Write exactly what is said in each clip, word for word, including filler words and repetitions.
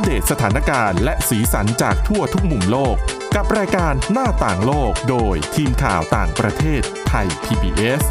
เดตสถานการณ์และสีสันจากทั่วทุกมุมโลกกับรายการหน้าต่างโลกโดยทีมข่าวต่างประเทศไทย พี บี เอส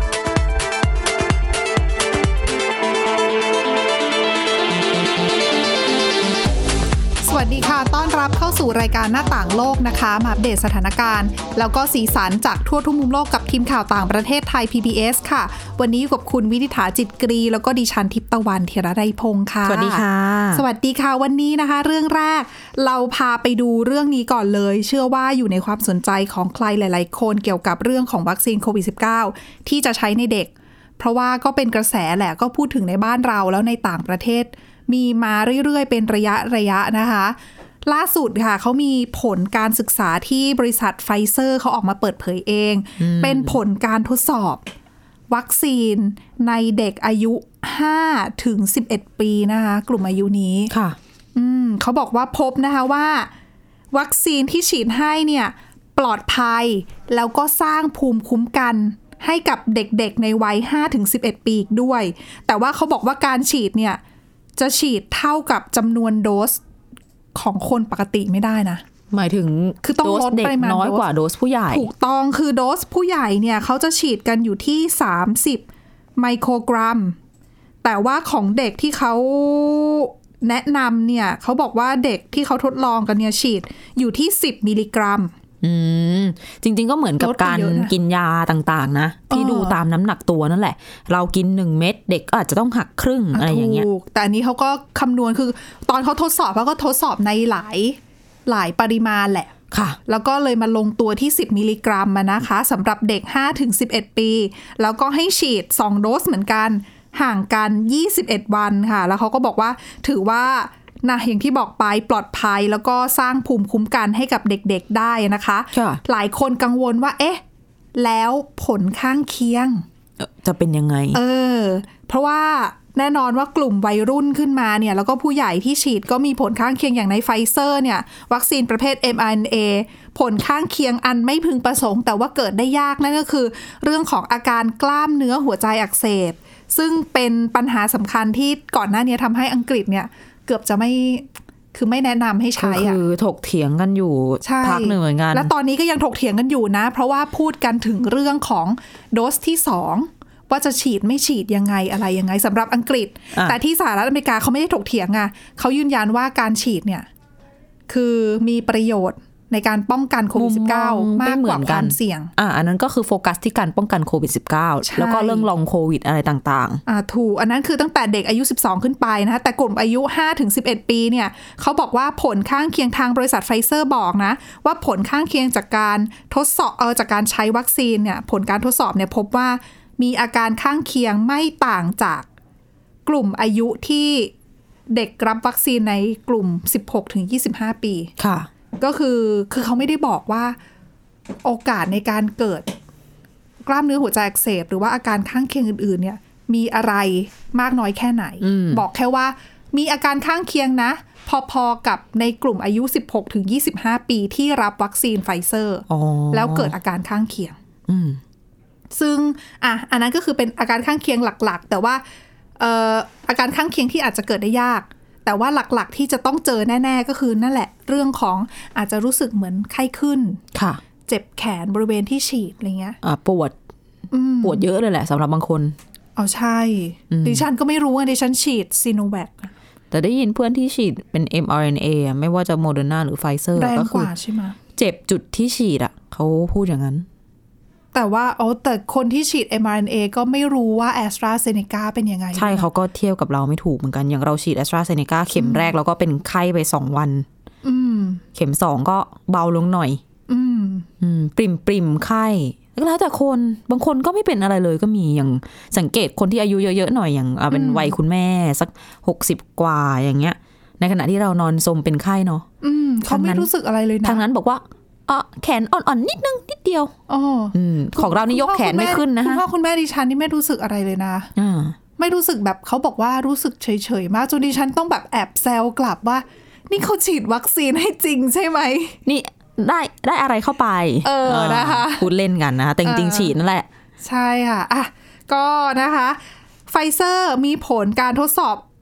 สวัสดีค่ะต้อนรับเข้าสู่รายการหน้าต่างโลกนะคะมาอัปเดตสถานการณ์แล้วก็สีสันจากทั่วทุกมุมโลกกับทีมข่าวต่างประเทศไทย พี บี เอส ค่ะวันนี้อยู่กับคุณวินิษฐาจิตกรีแล้วก็ดิฉันทิพย์ตะวันธีรไดพงค์ค่ะสวัสดีค่ะสวัสดีค่ะวันนี้นะคะเรื่องแรกเราพาไปดูเรื่องนี้ก่อนเลยเชื่อว่าอยู่ในความสนใจของใครหลายๆคนเกี่ยวกับเรื่องของวัคซีนโควิด สิบเก้า ที่จะใช้ในเด็กเพราะว่าก็เป็นกระแสแหละก็พูดถึงในบ้านเราแล้วในต่างประเทศมีมาเรื่อยๆเป็นระยะระยะนะคะล่าสุดค่ะเขามีผลการศึกษาที่บริษัทไฟเซอร์เขาออกมาเปิดเผยเองเป็นผลการทดสอบวัคซีนในเด็กอายุห้าถึงสิบเอ็ดปีนะคะกลุ่มอายุนี้ค่ะอืมเขาบอกว่าพบนะคะว่าวัคซีนที่ฉีดให้เนี่ยปลอดภัยแล้วก็สร้างภูมิคุ้มกันให้กับเด็กๆในวัย ห้าถึงสิบเอ็ด ปีด้วยแต่ว่าเขาบอกว่าการฉีดเนี่ยจะฉีดเท่ากับจำนวนโดสของคนปกติไม่ได้นะหมายถึงคือต้องลดปริมาณน้อยกว่าโดสผู้ใหญ่ถูกต้องคือโดสผู้ใหญ่เนี่ยเขาจะฉีดกันอยู่ที่สามสิบไมโครกรัมแต่ว่าของเด็กที่เขาแนะนำเนี่ยเขาบอกว่าเด็กที่เขาทดลองกันเนี่ยฉีดอยู่ที่สิบมิลลิกรัมอืมจริงๆก็เหมือนกับการกินยาต่างๆนะที่ดูตามน้ำหนักตัวนั่นแหละเรากินหนึ่งเม็ดเด็กก็อาจจะต้องหักครึ่งอะไรอย่างเงี้ยแต่อันนี้เขาก็คำนวณคือตอนเขาทดสอบเขาก็ทดสอบในหลายหลายปริมาณแหละค่ะแล้วก็เลยมาลงตัวที่สิบมิลลิกรัมมานะคะสำหรับเด็ก ห้าถึงสิบเอ็ด ปีแล้วก็ให้ฉีดสองโดสเหมือนกันห่างกันยี่สิบเอ็ดวันค่ะแล้วเขาก็บอกว่าถือว่านะอย่างที่บอกไปปลอดภัยแล้วก็สร้างภูมิคุ้มกันให้กับเด็กๆได้นะคะหลายคนกังวลว่าเอ๊ะแล้วผลข้างเคียงจะเป็นยังไงเออเพราะว่าแน่นอนว่ากลุ่มวัยรุ่นขึ้นมาเนี่ยแล้วก็ผู้ใหญ่ที่ฉีดก็มีผลข้างเคียงอย่างในไฟเซอร์เนี่ยวัคซีนประเภท เอ็ม อาร์ เอ็น เอ ผลข้างเคียงอันไม่พึงประสงค์แต่ว่าเกิดได้ยากนั่นก็คือเรื่องของอาการกล้ามเนื้อหัวใจอักเสบซึ่งเป็นปัญหาสำคัญที่ก่อนหน้านี้ทำให้อังกฤษเนี่ยเกือบจะไม่คือไม่แนะนำให้ใช้อ่ะคือถกเถียงกันอยู่พักหนึ่งเหมือนกันและตอนนี้ก็ยังถกเถียงกันอยู่นะเพราะว่าพูดกันถึงเรื่องของโดสที่สองว่าจะฉีดไม่ฉีดยังไงอะไรยังไงสำหรับอังกฤษแต่ที่สหรัฐอเมริกาเขาไม่ได้ถกเถียงอ่ะเขายืนยันว่าการฉีดเนี่ยคือมีประโยชน์ในการป้องกันโควิด สิบเก้า มากกว่าความเสี่ยงอ่าอันนั้นก็คือโฟกัสที่การป้องกันโควิด สิบเก้า แล้วก็เรื่องลองโควิดอะไรต่างๆอ่าถูกอันนั้นคือตั้งแต่เด็กอายุสิบสองขึ้นไปนะคะแต่กลุ่มอายุ ห้าถึงสิบเอ็ด ปีเนี่ยเขาบอกว่าผลข้างเคียงทางบริษัทไฟเซอร์บอกนะว่าผลข้างเคียงจากการทดสอบเออจากการใช้วัคซีนเนี่ยผลการทดสอบเนี่ยพบว่ามีอาการข้างเคียงไม่ต่างจากกลุ่มอายุที่เด็กรับวัคซีนในกลุ่ม สิบหกถึงยี่สิบห้า ปีค่ะก็คือคือเขาไม่ได้บอกว่าโอกาสในการเกิดกล้ามเนื้อหัวใจอักเสบหรือว่าอาการข้างเคียงอื่นๆเนี่ยมีอะไรมากน้อยแค่ไหนบอกแค่ว่ามีอาการข้างเคียงนะพอๆกับในกลุ่มอายุ สิบหกถึงยี่สิบห้า ปีที่รับวัคซีนไฟเซอร์แล้วเกิดอาการข้างเคียงซึ่งอ่ะอันนั้นก็คือเป็นอาการข้างเคียงหลักๆแต่ว่าเอ่ออาการข้างเคียงที่อาจจะเกิดได้ยากแต่ว่าหลักๆที่จะต้องเจอแน่ๆก็คือนั่นแหละเรื่องของอาจจะรู้สึกเหมือนไข้ขึ้นค่ะเจ็บแขนบริเวณที่ฉีดอะไรเงี้ยอ่าปวดปวดเยอะเลยแหละสำหรับบางคนอ๋อใช่ดิฉันก็ไม่รู้ดิฉันฉีดซีโนแวคแต่ได้ยินเพื่อนที่ฉีดเป็น เอ็ม อาร์ เอ็น เอ ไม่ว่าจะโมเดอร์นาหรือไฟเซอร์ก็คือเจ็บจุดที่ฉีดอ่ะเขาพูดอย่างนั้นแต่ว่าอ๋อแต่คนที่ฉีด เอ็ม อาร์ เอ็น เอ ก็ไม่รู้ว่า AstraZeneca เป็นยังไงใช่เขาก็เทียบกับเราไม่ถูกเหมือนกันอย่างเราฉีด AstraZeneca เข็มแรกแล้วก็เป็นไข้ไปสองวันเข็มสองก็เบาลงหน่อยปริมปริมไข้แล้วแต่คนบางคนก็ไม่เป็นอะไรเลยก็มีอย่างสังเกตคนที่อายุเยอะๆหน่อยอย่างเป็นวัยคุณแม่สักหกสิบกว่าอย่างเงี้ยในขณะที่เรานอนสมเป็นไข้เนาะเขาไม่รู้สึกอะไรเลยนะทางนั้นบอกว่าอ๋อแขนอ่อนๆนิดนึงนิดเดียวอ๋อของเรานี่ยกแขนไม่ขึ้นนะคุณพ่อคุณแม่ดิฉันนี่ไม่รู้สึกอะไรเลยนะไม่รู้สึกแบบเขาบอกว่ารู้สึกเฉยๆมากจนดิฉันต้องแบบแอบแซวกลับว่านี่เขาฉีดวัคซีนให้จริงใช่ไหมนี่ได้ได้อะไรเข้าไปเออนะคะพูดเล่นกันนะแต่จริงๆฉีดนั่นแหละใช่ค่ะอ่ะก็นะคะไฟเซอร์มีผลการทดสอบ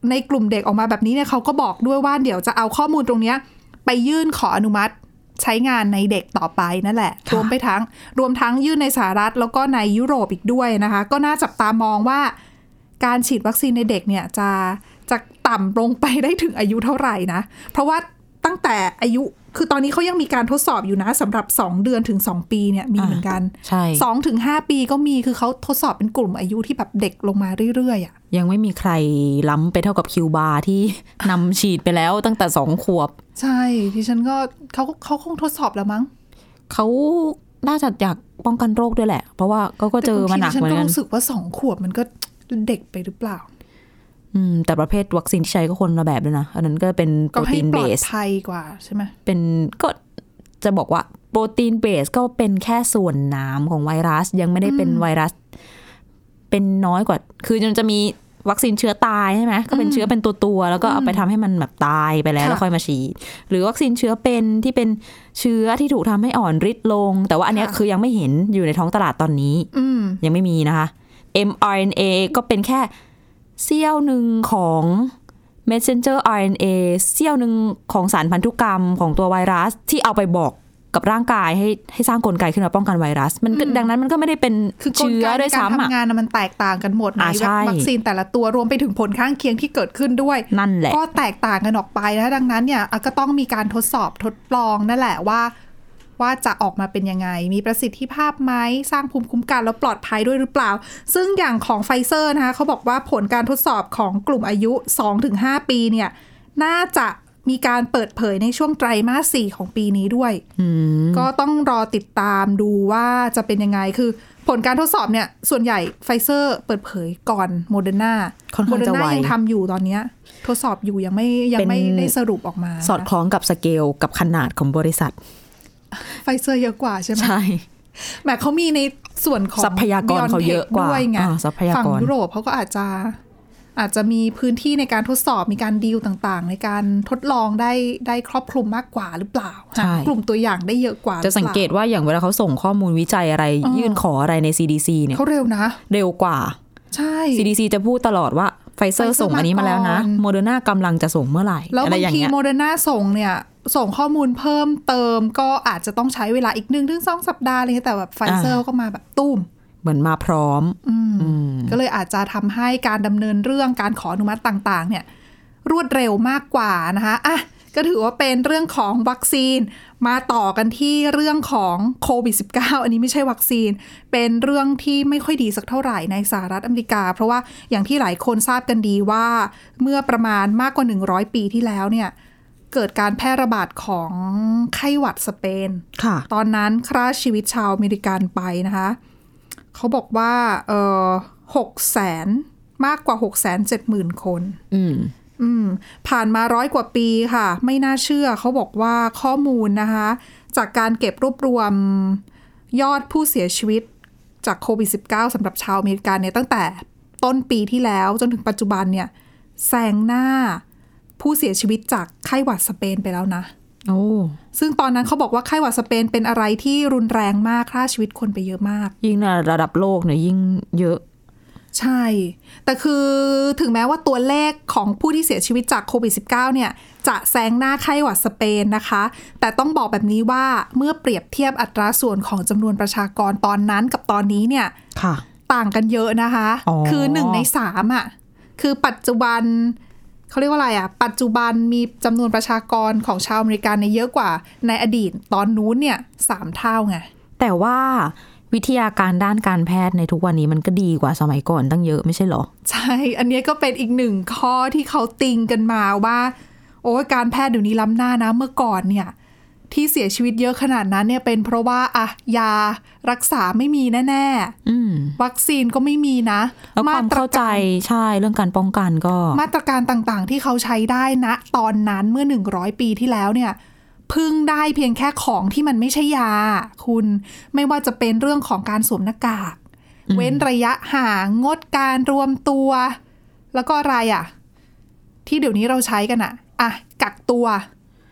ในกลุ่มเด็กออกมาแบบนี้เนี่ยเขาก็บอกด้วยว่าเดี๋ยวจะเอาข้อมูลตรงนี้ไปยื่นขออนุมัติใช้งานในเด็กต่อไปนั่นแหละรวมไปทั้งรวมทั้งยื่นในสหรัฐแล้วก็ในยุโรปอีกด้วยนะคะก็น่าจับตามองว่าการฉีดวัคซีนในเด็กเนี่ยจะจะต่ำลงไปได้ถึงอายุเท่าไหร่นะเพราะว่าตั้งแต่อายุคือตอนนี้เขายังมีการทดสอบอยู่นะสำหรับสองเดือนถึงสองปีเนี่ยมีเหมือนกันใช่สองถึงห้าปีก็มีคือเขาทดสอบเป็นกลุ่มอายุที่แบบเด็กลงมาเรื่อยๆอ่ะยังไม่มีใครล้ำไปเท่ากับคิวบาที่ นำฉีดไปแล้วตั้งแต่สองขวบใช่ที่ฉันก็เขาเขาคงทดสอบแล้วมั้งเขาน่าจะอยากป้องกันโรคด้วยแหละเพราะว่าก็เจอมาหนักเหมือนกันฉันก็รู้สึกว่าสองขวบมันก็เด็กไปหรือเปล่าอืมแต่ประเภทวัคซีนที่ใช้ก็คนละแบบเลยนะอันนั้นก็เป็นโปรตีนเบสก็ให้ปลอดภัยกว่าใช่ไหมเป็นก็จะบอกว่าโปรตีนเบสก็เป็นแค่ส่วนน้ำของไวรัสยังไม่ได้เป็นไวรัสเป็นน้อยกว่าคือมันจะมีวัคซีนเชื้อตายใช่ไหมก็เป็นเชื้อเป็นตัวตัวแล้วก็เอาไปทำให้มันแบบตายไปแล้วแล้วค่อยมาฉีดหรือวัคซีนเชื้อเป็นที่เป็นเชื้อที่ถูกทำให้อ่อนฤทธิ์ลงแต่ว่าอันนี้คือยังไม่เห็นอยู่ในท้องตลาดตอนนี้ยังไม่มีนะคะ เอ็ม อาร์ เอ็น เอ ก็เป็นแค่เสี้ยวหนึ่งของ messenger อาร์ เอ็น เอ เสี้ยวหนึ่งของสารพันธุกรรมของตัวไวรัสที่เอาไปบอกกับร่างกายให้ให้สร้างกลไกขึ้นมาป้องกันไวรัสมันดังนั้นมันก็ไม่ได้เป็นเชื้อด้วยซ้ำอ่ะการทำงานมันแตกต่างกันหมดในวัคซีนแต่ละตัวรวมไปถึงผลข้างเคียงที่เกิดขึ้นด้วยนั่นแหละก็แตกต่างกันออกไปนะดังนั้นเนี่ยก็ต้องมีการทดสอบทดลองนั่นแหละว่าว่าจะออกมาเป็นยังไงมีประสิทธิภาพไหมสร้างภูมิคุ้มกันแล้วปลอดภัยด้วยหรือเปล่าซึ่งอย่างของไฟเซอร์นะคะเขาบอกว่าผลการทดสอบของกลุ่มอายุ สองถึงห้า ปีเนี่ยน่าจะมีการเปิดเผยในช่วงไตรมาสสี่ของปีนี้ด้วยก็ต้องรอติดตามดูว่าจะเป็นยังไงคือผลการทดสอบเนี่ยส่วนใหญ่ไฟเซอร์เปิดเผยก่อนโมเดอร์นาโมเดอร์นายังทำอยู่ตอนนี้ทดสอบอยู่ยังไม่ยังไม่ได้สรุปออกมาสอดคล้องกับสเกลกับขนาดของบริษัทไฟเซอร์เยอะกว่าใช่ไหมใช่แม้เขามีในส่วนของทรัพยากรเขาเยอะกว่าด้วยไงฝั่งยุโรปเขาก็อาจจะอาจจะมีพื้นที่ในการทดสอบมีการดีลต่างๆในการทดลองได้ได้ครอบคลุมมากกว่าหรือเปล่ากลุ่มตัวอย่างได้เยอะกว่าจะสังเกตว่าอย่างเวลาเขาส่งข้อมูลวิจัยอะไรยื่นขออะไรใน ซี ดี ซี เนี่ยเขาเร็วนะเร็วกว่าใช่ซี ดี ซี จะพูดตลอดว่าไฟเซอร์ส่งอันนี้มาแล้วนะโมเดอร์นากำลังจะส่งเมื่อไหร่แล้วบางทีโมเดอร์นาส่งเนี่ยส่งข้อมูลเพิ่มเติมก็อาจจะต้องใช้เวลาอีกหนึ่งถึงสองสัปดาห์เลยแต่แบบไฟเซอร์ก็มาแบบตุ้มเหมือนมาพร้อมก็เลยอาจจะทำให้การดำเนินเรื่องการขออนุมัติต่างๆเนี่ยรวดเร็วมากกว่านะคะอ่ะก็ถือว่าเป็นเรื่องของวัคซีนมาต่อกันที่เรื่องของโควิด สิบเก้า อันนี้ไม่ใช่วัคซีนเป็นเรื่องที่ไม่ค่อยดีสักเท่าไหร่ในสหรัฐอเมริกาเพราะว่าอย่างที่หลายคนทราบกันดีว่าเมื่อประมาณมากกว่าหนึ่งร้อยปีที่แล้วเนี่ยเกิดการแพร่ระบาดของไข้หวัดสเปนตอนนั้นฆ่าชีวิตชาวอเมริกันไปนะคะเขาบอกว่าเออหกแสนมากกว่าหกแสนเจ็ดหมื่นคนอืมอืมผ่านมาร้อยกว่าปีค่ะไม่น่าเชื่อเขาบอกว่าข้อมูลนะคะจากการเก็บรวบรวมยอดผู้เสียชีวิตจากโควิด สิบเก้า สำหรับชาวอเมริกันเนี่ยตั้งแต่ต้นปีที่แล้วจนถึงปัจจุบันเนี่ยแซงหน้าผู้เสียชีวิตจากไข้หวัดสเปนไปแล้วนะโอ้ซึ่งตอนนั้นเขาบอกว่าไข้หวัดสเปนเป็นอะไรที่รุนแรงมากฆ่าชีวิตคนไปเยอะมากยิ่งในระดับโลกเนี่ยยิ่งเยอะใช่แต่คือถึงแม้ว่าตัวเลขของผู้ที่เสียชีวิตจากโควิด สิบเก้า เนี่ยจะแซงหน้าไข้หวัดสเปนนะคะแต่ต้องบอกแบบนี้ว่าเมื่อเปรียบเทียบอัตราส่วนของจำนวนประชากรตอนนั้นกับตอนนี้เนี่ยต่างกันเยอะนะคะคือหนึ่งในสามอ่ะคือปัจจุบันเขาเรียกว่าอะไรอ่ะปัจจุบันมีจำนวนประชากรของชาวอเมริกันเนี่ยเยอะกว่าในอดีตตอนนู้นเนี่ยสามเท่าไงแต่ว่าวิทยาการด้านการแพทย์ในทุกวันนี้มันก็ดีกว่าสมัยก่อนตั้งเยอะไม่ใช่หรอใช่อันนี้ก็เป็นอีกหนึ่งข้อที่เขาติงกันมาว่าโอ้การแพทย์เดี๋ยวนี้ล้ำหน้านะเมื่อก่อนเนี่ยที่เสียชีวิตเยอะขนาดนั้นเนี่ยเป็นเพราะว่าอะยารักษาไม่มีแน่ๆวัคซีนก็ไม่มีนะแล้วความเข้าใจใช่เรื่องการป้องกันก็มาตรการต่างๆที่เขาใช้ได้นะตอนนั้นเมื่อหนึ่งร้อยปีที่แล้วเนี่ยพึ่งได้เพียงแค่ของที่มันไม่ใช่ยาคุณไม่ว่าจะเป็นเรื่องของการสวมหน้ากากเว้นระยะห่างงดการรวมตัวแล้วก็อะไรอ่ะที่เดี๋ยวนี้เราใช้กันอ่ะอ่ะกักตัว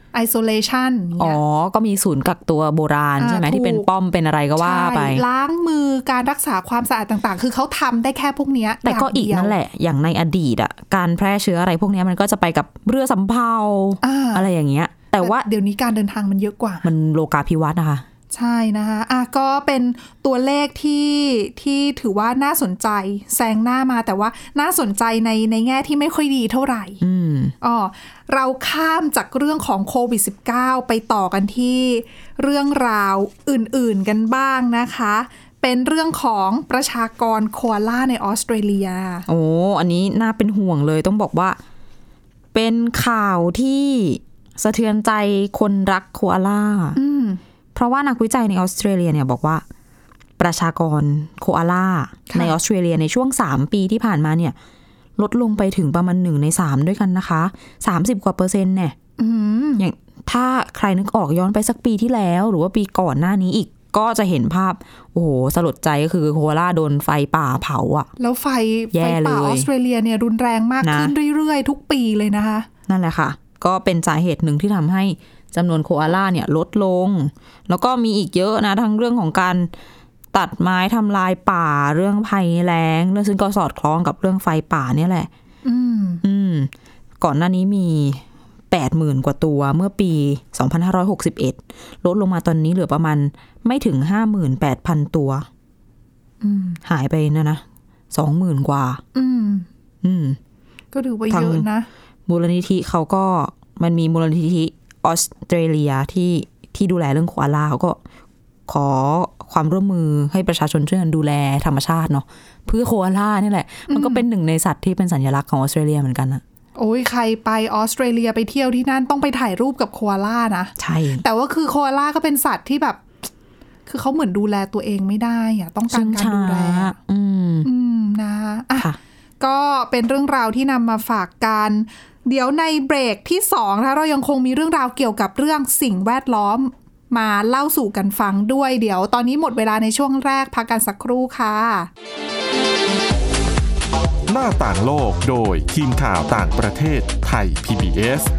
isolation อ๋อก็มีศูนย์กักตัวโบราณใช่ไหมที่เป็นป้อมเป็นอะไรก็ว่าไปล้างมือการรักษาความสะอาดต่างๆคือเขาทำได้แค่พวกนี้แต่ก็อีกนั่นแหละอย่างในอดีตอ่ะการแพร่เชื้ออะไรพวกนี้มันก็จะไปกับเรือสำเภา อ, อะไรอย่างเงี้ยแต่ว่าเดี๋ยวนี้การเดินทางมันเยอะกว่ามันโลกาภิวัตน์นะคะใช่นะคะอ่ะก็เป็นตัวเลขที่ที่ถือว่าน่าสนใจแซงหน้ามาแต่ว่าน่าสนใจในในแง่ที่ไม่ค่อยดีเท่าไหร่อ๋อเราข้ามจากเรื่องของโควิด สิบเก้า ไปต่อกันที่เรื่องราวอื่นๆกันบ้างนะคะเป็นเรื่องของประชากรโคอาล่าในออสเตรเลียโอ้อันนี้น่าเป็นห่วงเลยต้องบอกว่าเป็นข่าวที่สะเทือนใจคนรักโคอาล่าเพราะว่านักวิจัยในออสเตรเลียเนี่ยบอกว่าประชากรโคอาล่าในออสเตรเลียในช่วงสามปีที่ผ่านมาเนี่ยลดลงไปถึงประมาณหนึ่งในสามด้วยกันนะคะสามสิบกว่าเปอร์เซ็นต์เนี่ยอย่างถ้าใครนึกออกย้อนไปสักปีที่แล้วหรือว่าปีก่อนหน้านี้อีกก็จะเห็นภาพโอ้โหสลดใจก็คือโคอาล่าโดนไฟป่าเผาอ่ะแล้วไฟไฟป่าออสเตรเลียเนี่ยรุนแรงมากขึ้นเรื่อยๆทุกปีเลยนะคะนั่นแหละค่ะก็เป็นสาเหตุหนึ่งที่ทำให้จำนวนโคอาล่าเนี่ยลดลงแล้วก็มีอีกเยอะนะทั้งเรื่องของการตัดไม้ทำลายป่าเรื่องภัยแล้งเรื่องซึ่งก็สอดคล้องกับเรื่องไฟป่าเนี่ยแหละอืมอืมก่อนหน้านี้มี แปดหมื่น กว่าตัวเมื่อปีสองพันห้าร้อยหกสิบเอ็ดลดลงมาตอนนี้เหลือประมาณไม่ถึง ห้าหมื่นแปดพัน ตัวอืมหายไปนะนะ สองหมื่น กว่าอืมอืมก็ถือว่าเยอะนะมูลนิธิเขาก็มันมีมูลนิธิออสเตรเลียที่ที่ดูแลเรื่องโคอาล่าเขาก็ขอความร่วมมือให้ประชาชนช่วยกันดูแลธรรมชาติเนาะเพื่อโคอาล่านี่แหละมันก็เป็นหนึ่งในสัตว์ที่เป็นสัญลักษณ์ของออสเตรเลียเหมือนกันนะโอ้ยใครไปออสเตรเลียไปเที่ยวที่นั่นต้องไปถ่ายรูปกับโคอาล่านะใช่แต่ว่าคือโคอาล่าก็เป็นสัตว์ที่แบบคือเขาเหมือนดูแลตัวเองไม่ได้อะต้องการการดูแลอืมอืมนะอ่ะก็เป็นเรื่องราวที่นำมาฝากกันเดี๋ยวในเบรกที่สองนะคะเรายังคงมีเรื่องราวเกี่ยวกับเรื่องสิ่งแวดล้อมมาเล่าสู่กันฟังด้วยเดี๋ยวตอนนี้หมดเวลาในช่วงแรกพักกันสักครู่ค่ะหน้าต่างโลกโดยทีมข่าวต่างประเทศไทย พี บี เอส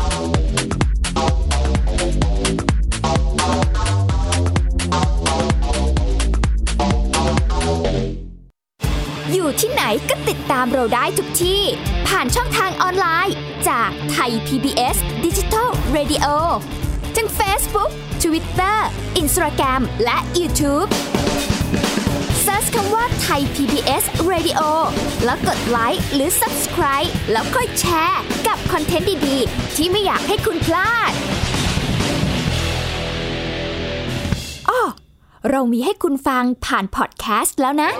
อยู่ที่ไหนก็ติดตามเราได้ทุกที่ผ่านช่องทางออนไลน์จากไทย พี บี เอส Digital Radio ทั้ง Facebook, Twitter, Instagram และ YouTubeเซิร์ชคำว่าไทย พี บี เอส Radio แล้วกดไลค์หรือ Subscribe แล้วค่อยแชร์กับคอนเทนต์ดีๆที่ไม่อยากให้คุณพลาดอ้อเรามีให้คุณฟังผ่านพอดแคสต์แล้วนะ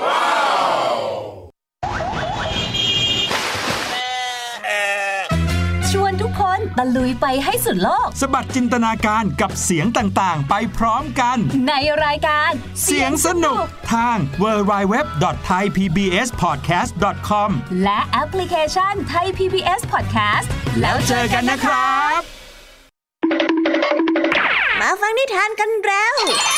ชวนทุกคนตะลุยไปให้สุดโลกสบัดจินตนาการกับเสียงต่างๆไปพร้อมกันในรายการเสียงสนุกทาง ดับเบิลยู ดับเบิลยู ดับเบิลยู ดอท ไทย พี บี เอส พอดแคสต์ ดอท คอมและแอปพลิเคชัน Thai พี บี เอส Podcast แล้วเจอกันนะครับมาฟังนิทานกันแล้ว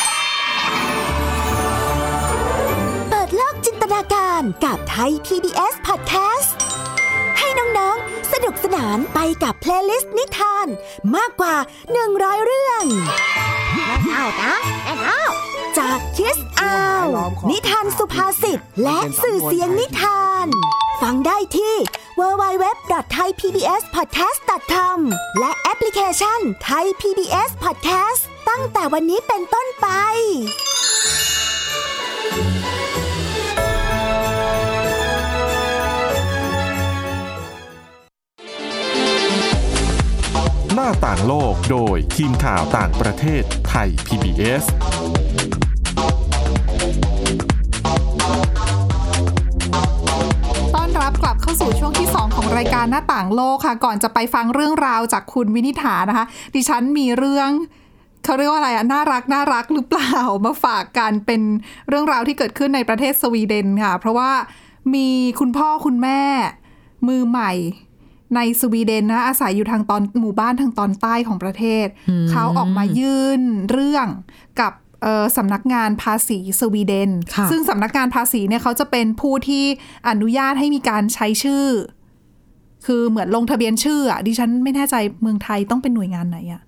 เปิดโลกจินตนาการกับ Thai พี บี เอส Podcast ให้น้องๆสนุกสนานไปกับเพลย์ลิสต์นิทานมากกว่าหนึ่งร้อยเรื่องเอานะเอาจาก Kids Out นิทานสุภาษิตและสื่อเสียงนิทานฟังได้ที่ ดับเบิลยู ดับเบิลยู ดับเบิลยู ดอท ไทย พี บี เอส พอดแคสต์ ดอท คอม และแอปพลิเคชัน Thai พี บี เอส Podcast ตั้งแต่วันนี้เป็นต้นไปหน้าต่างโลกโดยทีมข่าวต่างประเทศไทย พี บี เอสต้อนรับกลับเข้าสู่ช่วงที่สองของรายการหน้าต่างโลกค่ะก่อนจะไปฟังเรื่องราวจากคุณวินิษฐานะคะดิฉันมีเรื่องเขาเรียกว่าอะไรอะน่ารักน่ารักหรือเปล่ามาฝากกันเป็นเรื่องราวที่เกิดขึ้นในประเทศสวีเดนค่ะเพราะว่ามีคุณพ่อคุณแม่มือใหม่ในสวีเดนนะอาศัยอยู่ทางตอนหมู่บ้านทางตอนใต้ของประเทศเขาออกมายื่นเรื่องกับสำนักงานภาษีสวีเดนซึ่งสำนักงานภาษีเนี่ยเขาจะเป็นผู้ที่อนุญาตให้มีการใช้ชื่อคือเหมือนลงทะเบียนชื่ออ่ะดิฉันไม่แน่ใจเมืองไทยต้องเป็นหน่วยงานไหนอ่ะ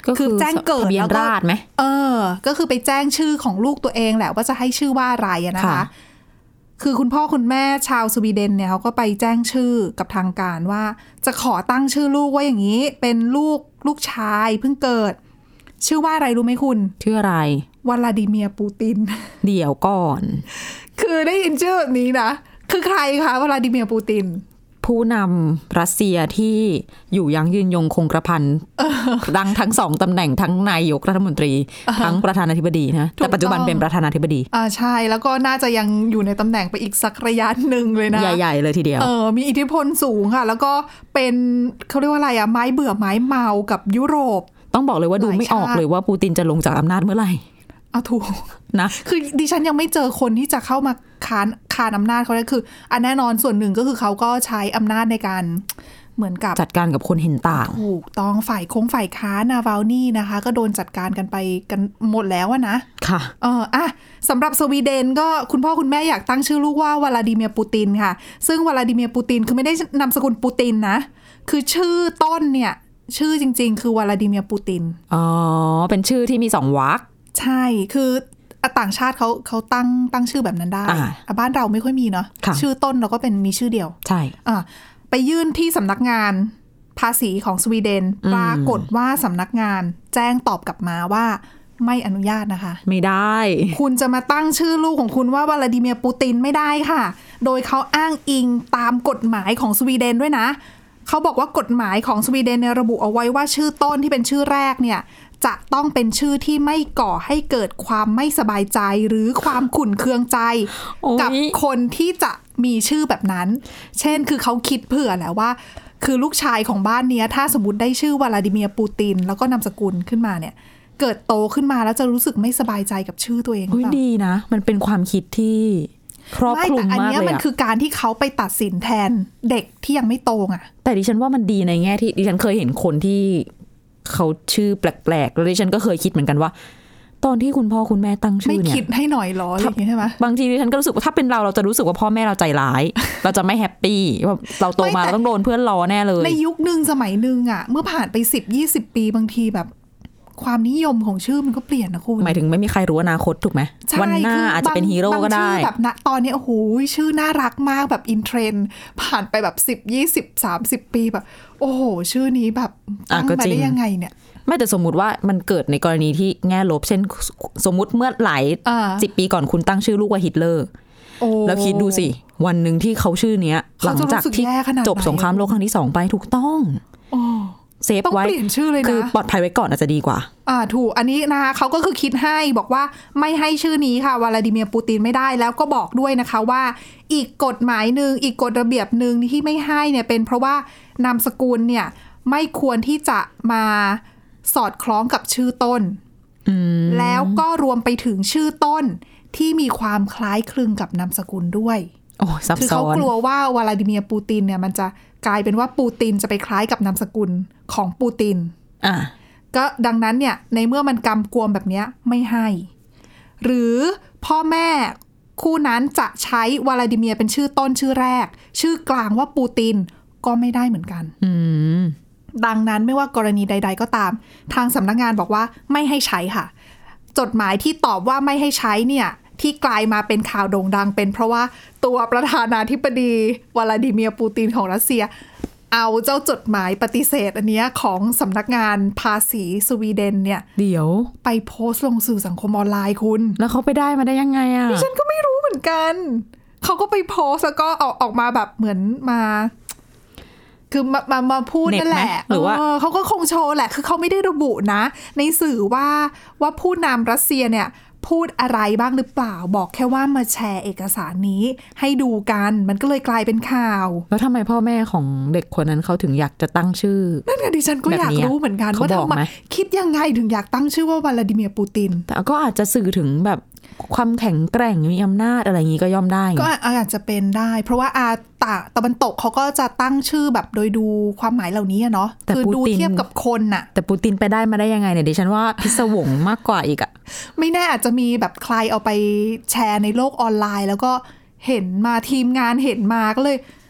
คือแจ้งเกิดทะเบียนราษฎร์ไหมเออก็คือไปแจ้งชื่อของลูกตัวเองแหละว่าจะให้ชื่อว่าอะไรนะคะคือคุณพ่อคุณแม่ชาวสวีเดนเนี่ยเขาก็ไปแจ้งชื่อกับทางการว่าจะขอตั้งชื่อลูกว่าอย่างนี้เป็นลูกลูกชายเพิ่งเกิดชื่อว่าอะไรรู้ไหมคุณชื่ออะไรวลาดิเมียร์ปูตินเดี๋ยวก่อนคือได้ยินชื่อแบบนี้นะคือใครคะวลาดิเมียร์ปูตินผู้นำรัสเซียที่อยู่ยั้งยืนยงคงกระพันดังทั้งสองตำแหน่งทั้งนายกรัฐมนตรีทั้งประธานาธิบดีนะแต่ปัจจุบันเป็นประธานาธิบดีอ่าใช่แล้วก็น่าจะยังอยู่ในตำแหน่งไปอีกสักระยะหนึ่งเลยนะใหญ่ๆเลยทีเดียวเออมีอิทธิพลสูงค่ะแล้วก็เป็นเขาเรียกว่าอะไรอะไม้เบื่อไม้เมากับยุโรปต้องบอกเลยว่าดูไม่ออกเลยว่าปูตินจะลงจากอำนาจเมื่อไหร่เอาถูกนะคือดิฉันยังไม่เจอคนที่จะเข้ามาค้านคานอำนาจเขาได้คืออันแน่นอนส่วนหนึ่งก็คือเขาก็ใช้อำนาจในการเหมือนกับจัดการกับคนเห็นต่างถูกต้องฝ่ายคงฝ่ายค้านาวาลนี่นะคะก็โดนจัดการกันไปกันหมดแล้วนะค่ะเอออ่ะสำหรับสวีเดนก็คุณพ่อคุณแม่อยากตั้งชื่อลูกว่าวลาดิเมียร์ปูตินค่ะซึ่งวลาดิเมียร์ปูตินคือไม่ได้นามสกุลปูตินนะคือชื่อต้นเนี่ยชื่อจริงๆคือวลาดิเมียร์ปูตินอ๋อเป็นชื่อที่มีสองวรรคใช่คือต่างชาติเขาเขาตั้งตั้งชื่อแบบนั้นได้บ้านเราไม่ค่อยมีเนาะชื่อต้นเราก็เป็นมีชื่อเดียวใช่อ่าไปยื่นที่สำนักงานภาษีของสวีเดนปรากฏว่าสำนักงานแจ้งตอบกลับมาว่าไม่อนุญาตนะคะไม่ได้คุณจะมาตั้งชื่อลูกของคุณว่าวลาดิเมียร์ปูตินไม่ได้ค่ะโดยเขาอ้างอิงตามกฎหมายของสวีเดนด้วยนะเขาบอกว่ากฎหมายของสวีเดนเนี่ยระบุเอาไว้ว่าชื่อต้นที่เป็นชื่อแรกเนี่ยจะต้องเป็นชื่อที่ไม่ก่อให้เกิดความไม่สบายใจหรือความขุ่นเคืองใจกับคนที่จะมีชื่อแบบนั้นเช่นคือเขาคิดเผื่อแล้วว่าคือลูกชายของบ้านนี้ถ้าสมมติได้ชื่อวลาดิเมียร์ปูตินแล้วก็นามสกุลขึ้นมาเนี่ยเกิดโตขึ้นมาแล้วจะรู้สึกไม่สบายใจกับชื่อตัวเองหรือเปล่าดีนะมันเป็นความคิดที่ครอบคลุมมากเลยอะแต่อันนี้มันคือการที่เขาไปตัดสินแทนเด็กที่ยังไม่โตอ่ะแต่ดิฉันว่ามันดีในแง่ที่ดิฉันเคยเห็นคนที่เขาชื่อแปลกๆแล้วดิฉันก็เคยคิดเหมือนกันว่าตอนที่คุณพ่อคุณแม่ตั้งชื่อเนี่ยไม่คิดให้หน่อยหรออะไรอย่างเงี้ยใช่ไหมบางทีดิฉันก็รู้สึกว่าถ้าเป็นเราเราจะรู้สึกว่าพ่อแม่เราใจร้าย เราจะไม่แฮปปี้ว่าเราโตมาเราต้องโดนเพื่อนล้อแน่เลยในยุคนึงสมัยนึงอ่ะเมื่อผ่านไปสิบ ยี่สิบปีบางทีแบบความนิยมของชื่อมันก็เปลี่ยนนะคุณหมายถึงไม่มีใครรู้อนาคตถูกไหมวันหน้าอาจจะเป็นฮีโร่ก็ได้แบบณตอนนี้โอ้โหชื่อน่ารักมากแบบอินเทรนด์ผ่านไปแบบสิบ ยี่สิบ สามสิบปีแบบโอ้โหชื่อนี้แบบตั้งมาได้ยังไงเนี่ยไม่แต่สมมุติว่ามันเกิดในกรณีที่แง่ลบเช่นสมมุติเมื่อหลายสิบปีก่อนคุณตั้งชื่อลูกว่าฮิตเลอร์แล้วคิดดูสิวันหนึ่งที่เขาชื่อเนี้ยหลังจากที่จบสงครามโลกครั้งที่สองไปถูกต้องเซฟไว้ต้องเปลี่ยนชื่อเลยนะคือปลอดภัยไว้ก่อนอาจจะดีกว่าอ่าถูกอันนี้นะคะเขาก็คือคิดให้บอกว่าไม่ให้ชื่อนี้ค่ะวลาดิเมียร์ปูตินไม่ได้แล้วก็บอกด้วยนะคะว่าอีกกฎหมายนึงอีกกฎระเบียบนึงที่ไม่ให้เนี่ยเป็นเพราะว่านามสกุลเนี่ยไม่ควรที่จะมาสอดคล้องกับชื่อต้นแล้วก็รวมไปถึงชื่อต้นที่มีความคล้ายคลึงกับนามสกุลด้วยคือเขากลัวว่าวลาดิเมียร์ปูตินเนี่ยมันจะกลายเป็นว่าปูตินจะไปคล้ายกับนามสกุลของปูตินอ่ะก็ดังนั้นเนี่ยในเมื่อมันกำกวมแบบนี้ไม่ให้หรือพ่อแม่คู่นั้นจะใช้วลาดิเมียร์เป็นชื่อต้นชื่อแรกชื่อกลางว่าปูตินก็ไม่ได้เหมือนกันอืมดังนั้นไม่ว่ากรณีใดๆก็ตามทางสำนักงานบอกว่าไม่ให้ใช้ค่ะจดหมายที่ตอบว่าไม่ให้ใช้เนี่ยที่กลายมาเป็นข่าวโด่งดังเป็นเพราะว่าตัวประธานาธิบดีวลาดิเมียร์ปูตินของรัสเซียเอาเจ้าจดหมายปฏิเสธอันเนี้ยของสำนักงานภาษีสวีเดนเนี่ยเดี๋ยวไปโพสต์ลงสื่อสังคมออนไลน์คุณแล้วเขาไปได้มาได้ยังไงอ่ะดิฉันก็ไม่รู้เหมือนกันเขาก็ไปโพสต์แล้วก็ออกออกมาแบบเหมือนมาคือมามามาพูดนั่นแหละหรือว่าเขาก็คงโชว์แหละคือเขาไม่ได้ระบุนะในสื่อว่าว่าผู้นำรัสเซียเนี่ยพูดอะไรบ้างหรือเปล่าบอกแค่ว่ามาแชร์เอกสารนี้ให้ดูกันมันก็เลยกลายเป็นข่าวแล้วทำไมพ่อแม่ของเด็กคนนั้นเขาถึงอยากจะตั้งชื่อนั่นไงดิฉันก็อยากรู้เหมือนกันว่าทำไมคิดยังไงถึงอยากตั้งชื่อว่าวลาดิเมียร์ปูตินแต่ก็อาจจะสื่อถึงแบบความแข็งแกร่งมีอำนาจอะไรอย่างนี้ก็ย่อมได้ก็อาจจะเป็นได้เพราะว่าอาตะตะวันตกเขาก็จะตั้งชื่อแบบโดยดูความหมายเหล่านี้เนาะคือดูเทียบกับคนน่ะแต่ปูตินไปได้มาได้ยังไงเนี่ยดิฉันว่าพิศวงมากกว่าอีกอะไม่แน่อาจจะมีแบบใครเอาไปแชร์ในโลกออนไลน์แล้วก็เห็นมาทีมงานเห็นมาก็เลย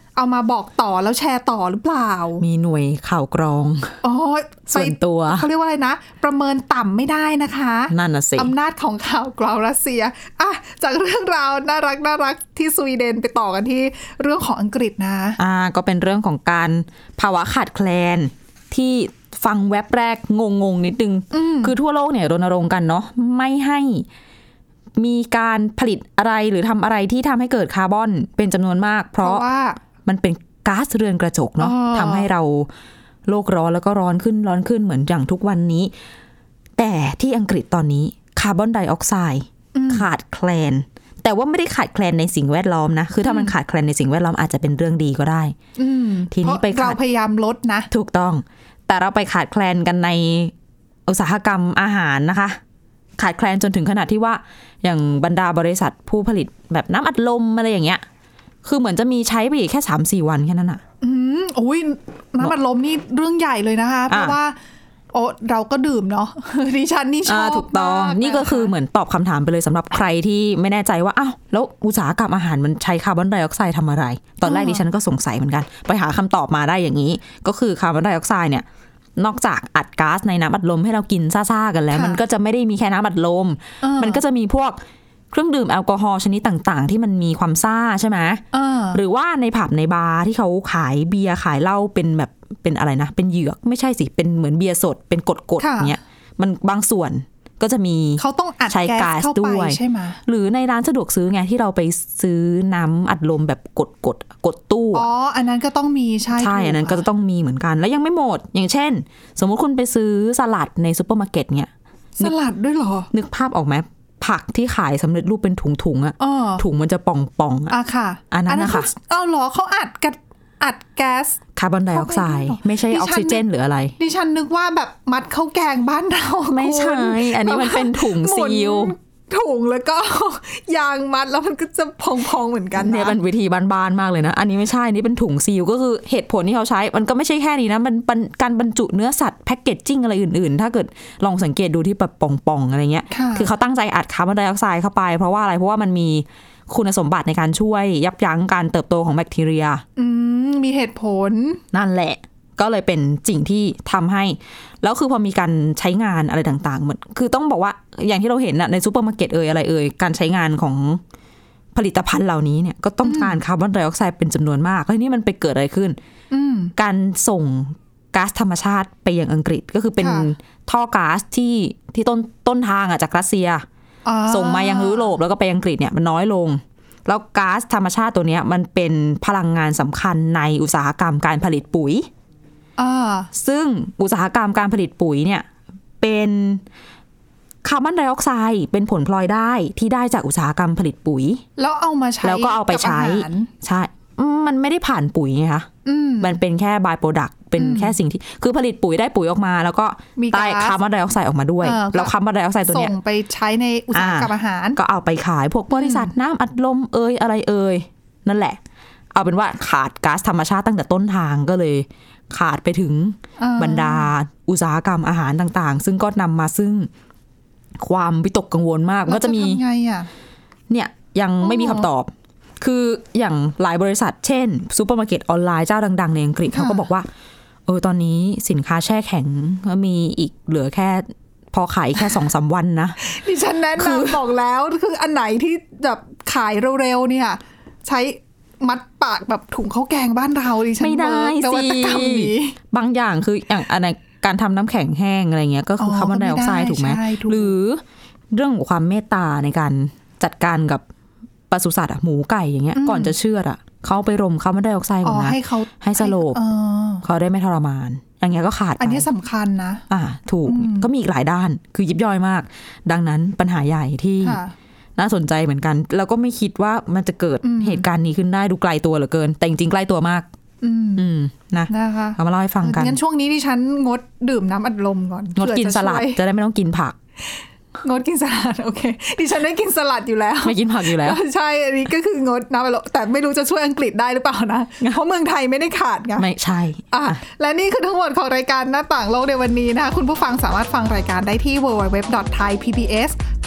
เอามาบอกต่อแล้วแชร์ต่อหรือเปล่ามีหน่วยข่าวกรองอ๋อส่วนตัวเขาเรียกว่าอะไรนะประเมินต่ำไม่ได้นะคะนั่นน่ะสิอำนาจของข่าวกรองรัสเซียอ่ะจากเรื่องราวน่ารักน่ารักที่สวีเดนไปต่อกันที่เรื่องของอังกฤษนะอ่าก็เป็นเรื่องของการภาวะขาดแคลนที่ฟังแว็บแรกงงๆนิดนึงคือทั่วโลกเนี่ยรณรงค์กันเนาะไม่ให้มีการผลิตอะไรหรือทำอะไรที่ทำให้เกิดคาร์บอนเป็นจำนวนมากเพราะว่ามันเป็นก๊าซเรือนกระจกเนาะทำให้เราโลกร้อนแล้วก็ร้อนขึ้นร้อนขึ้นเหมือนอย่างทุกวันนี้แต่ที่อังกฤษตอนนี้คาร์บอนไดออกไซด์ขาดแคลนแต่ว่าไม่ได้ขาดแคลนในสิ่งแวดล้อมนะคือถ้ามันขาดแคลนในสิ่งแวดล้อมอาจจะเป็นเรื่องดีก็ได้ทีนี้ไปเราพยายามลดนะถูกต้องแต่เราไปขาดแคลนกันในอุตสาหกรรมอาหารนะคะขาดแคลนจนถึงขนาดที่ว่าอย่างบรรดาบริษัทผู้ผลิตแบบน้ำอัดลมอะไรอย่างเงี้ยคือเหมือนจะมีใช้ไปอีกแค่ สามสี่ วันแค่นั้นอ่ะอืมโอ้ยน้ำอัดลมนี่เรื่องใหญ่เลยนะคะเพราะว่าโอ้เราก็ดื่มเนาะดิฉันนี่ชอบถูกต้องนี่ก็คือเหมือนตอบคำถามไปเลยสำหรับใครที่ไม่แน่ใจว่าอ้าวแล้วอุตสาหกรรมอาหารมันใช้คาร์บอนไดออกไซด์ทำอะไรตอนแรกดิฉันก็สงสัยเหมือนกันไปหาคำตอบมาได้อย่างนี้ก็คือคาร์บอนไดออกไซด์เนี่ยนอกจากอัดก๊าซในน้ำอัดลมให้เรากินซ่าๆกันแล้วมันก็จะไม่ได้มีแค่น้ำอัดลมมันก็จะมีพวกเครื่องดื่มแอลกอฮอล์ชนิดต่างๆที่มันมีความซ่าใช่ไหมหรือว่าในผับในบาร์ที่เขาขายเบียร์ขายเหล้าเป็นแบบเป็นอะไรนะเป็นเหยือกไม่ใช่สิเป็นเหมือนเบียร์สดเป็นกดๆอย่างเงี้ยมันบางส่วนก็จะมีเขาต้องอัดแก๊สเข้าไปใช่ไหมหรือในร้านสะดวกซื้อไงที่เราไปซื้อน้ำอัดลมแบบกดกดกดตู้อ๋ออันนั้นก็ต้องมีใช่ใช่อันนั้นก็จะต้องมีเหมือนกันแล้วยังไม่หมดอย่างเช่นสมมุติคุณไปซื้อสลัดในซุปเปอร์มาร์เก็ตเนี่ยสลัดด้วยเหรอนึกภาพออกไหมผักที่ขายสำเร็จรูปเป็นถุงๆอ่ะถุงมันจะป่องๆอ่ะค่ะอันนั้นนะคะอ้าวเหรอเขาอัดกันอัดแก๊สคาร์บอนไดออกไซด์ไม่ใช่ออกซิเจนหรืออะไรดิฉันนึกว่าแบบมัดข้าวแกงบ้านเราไม่ใช่อันนี้มันเป็นถุงซีลถุงแล้วก็ยางมัดแล้วมันก็จะพองๆเหมือนกันนะเนี่ยเป็นวิธีบ้านๆมากเลยนะอันนี้ไม่ใช่นี่เป็นถุงซีลก็คือเหตุผลที่เขาใช้มันก็ไม่ใช่แค่นี้นะมันการบรรจุเนื้อสัตว์แพ็คเกจจิ้งอะไรอื่นๆถ้าเกิดลองสังเกตดูที่แบบป่องๆอะไรเงี้ยคือเขาตั้งใจอัดคาร์บอนไดออกไซด์เข้าไปเพราะว่าอะไรเพราะว่ามันมีคุณสมบัติในการช่วยยับยั้งการเติบโตของแบคทีเรียอืมมีเหตุผลนั่นแหละก็เลยเป็นสิ่งที่ทำให้แล้วคือพอมีการใช้งานอะไรต่างๆเหมือนคือต้องบอกว่าอย่างที่เราเห็นน่ะในซูเปอร์มาร์เก็ตเอ่ยอะไรเอ่ยการใช้งานของผลิตภัณฑ์เหล่านี้เนี่ยก็ต้องการคาร์บอนไดออกไซด์เป็นจำนวนมากแล้วนี่มันไปเกิดอะไรขึ้นการส่งก๊าซธรรมชาติไปยังอังกฤษก็คือเป็นท่อก๊าซที่ที่ต้นต้นทางอ่ะจากรัสเซียส่งมายังยุโรปแล้วก็ไปอังกฤษเนี่ยมันน้อยลงแล้วก๊าซธรรมชาติตัวนี้มันเป็นพลังงานสำคัญในอุตสาหกรรมการผลิตปุ๋ยซึ่งอุตสาหกรรมการผลิตปุ๋ยเนี่ยเป็นคาร์บอนไดออกไซด์เป็นผลพลอยได้ที่ได้จากอุตสาหกรรมผลิตปุ๋ยแล้วเอามาใช้แล้วก็เอาไปใช้ใช่มันไม่ได้ผ่านปุ๋ยไงคะมันเป็นแค่บายโปรดักต์เป็นแค่สิ่งที่คือผลิตปุ๋ยได้ปุ๋ยออกมาแล้วก็ใต้คาร์บอนไดออกไซด์ออกมาด้วยแล้วคาร์บอนไดออกไซด์ตัวเนี้ยส่งไปใช้ในอุตสาหกรรมอาหารก็เอาไปขายพวกบริษัทน้ำอัดลมเอ่ยอะไรเอ่ยนั่นแหละเอาเป็นว่าขาดก๊าซธรรมชาติตั้งแต่ต้นทางก็เลยขาดไปถึงบรรดาอุตสาหกรรมอาหารต่างๆซึ่งก็นำมาซึ่งความวิตกกังวลมากก็จะมีเนี่ยยังไม่มีคำตอบคืออย่างหลายบริษัทเช่นซูเปอร์มาร์เก็ตออนไลน์เจ้าดังๆในอังกฤษเขาก็บอกว่าเออตอนนี้สินค้าแช่แข็งก็มีอีกเหลือแค่พอขายแค่ สองสาม วันนะดิฉันแนะนำบอกแล้วคืออันไหนที่แบบขายเร็วๆเนี่ยใช้มัดปากแบบถุงข้าวแกงบ้านเราดิฉันไม่ได้สิบางอย่างคืออย่างอะไรการทำน้ำแข็งแห้งอะไรเงี้ยก็คือคาร์บอนไดออกไซด์ถูกไหมหรือเรื่องของความเมตตาในการจัดการกับปศุสัตว์หมูไก่อย่างเงี้ยก่อนจะเชือดอ่ะเขาไปรมคาร์บอนไดออกไซด์ก่อนนะให้เขาให้สโลปเขาได้ไม่ทรมานอย่างเงี้ยก็ขาดอันนี้สำคัญนะอ่าถูกก็มีอีกหลายด้านคือยิบย่อยมากดังนั้นปัญหาใหญ่ที่น่าสนใจเหมือนกันแล้วก็ไม่คิดว่ามันจะเกิดเหตุการณ์นี้ขึ้นได้ดูไกลตัวเหลือเกินแต่จริงๆใกล้ตัวมากอืมนะนะคะเอามาเล่าให้ฟังกันงั้นช่วงนี้ดิฉันงดดื่มน้ำอัดลมก่อนงดกินสลัดจะได้ไม่ต้องกินผักงดกินสลัดโอเคดิฉันได้กินสลัดอยู่แล้วไม่กินผักอยู่แล้วใช่อันนี้ก็คืองดน้ำอัดลมแต่ไม่รู้จะช่วยอังกฤษได้หรือเปล่านะเพราะเมืองไทยไม่ได้ขาดไงไม่ใช่อ่ะและนี่คือทั้งหมดของรายการหน้าต่างโลกในวันนี้นะคะคุณผู้ฟังสามารถฟังรายการได้ที่ ดับเบิลยู ดับเบิลยู ดับเบิลยู ดอท ไทย พี บี เอส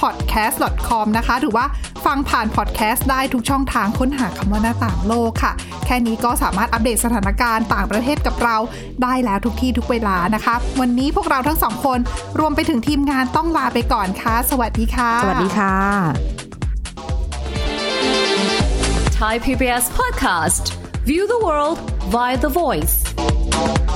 พอดแคสต์ ดอท คอม นะคะหรือว่าฟังผ่านพอดแคสต์ได้ทุกช่องทางค้นหาคำว่าหน้าต่างโลกค่ะแค่นี้ก็สามารถอัปเดตสถานการณ์ต่างประเทศกับเราได้แล้วทุกที่ทุกเวลานะคะวันนี้พวกเราทั้งสองคนรวมไปถึงทีมงานต้องลาไปก่อนค่ะสวัสดีค่ะสวัสดีค่ะ Thai พี บี เอส Podcast View the world via the voice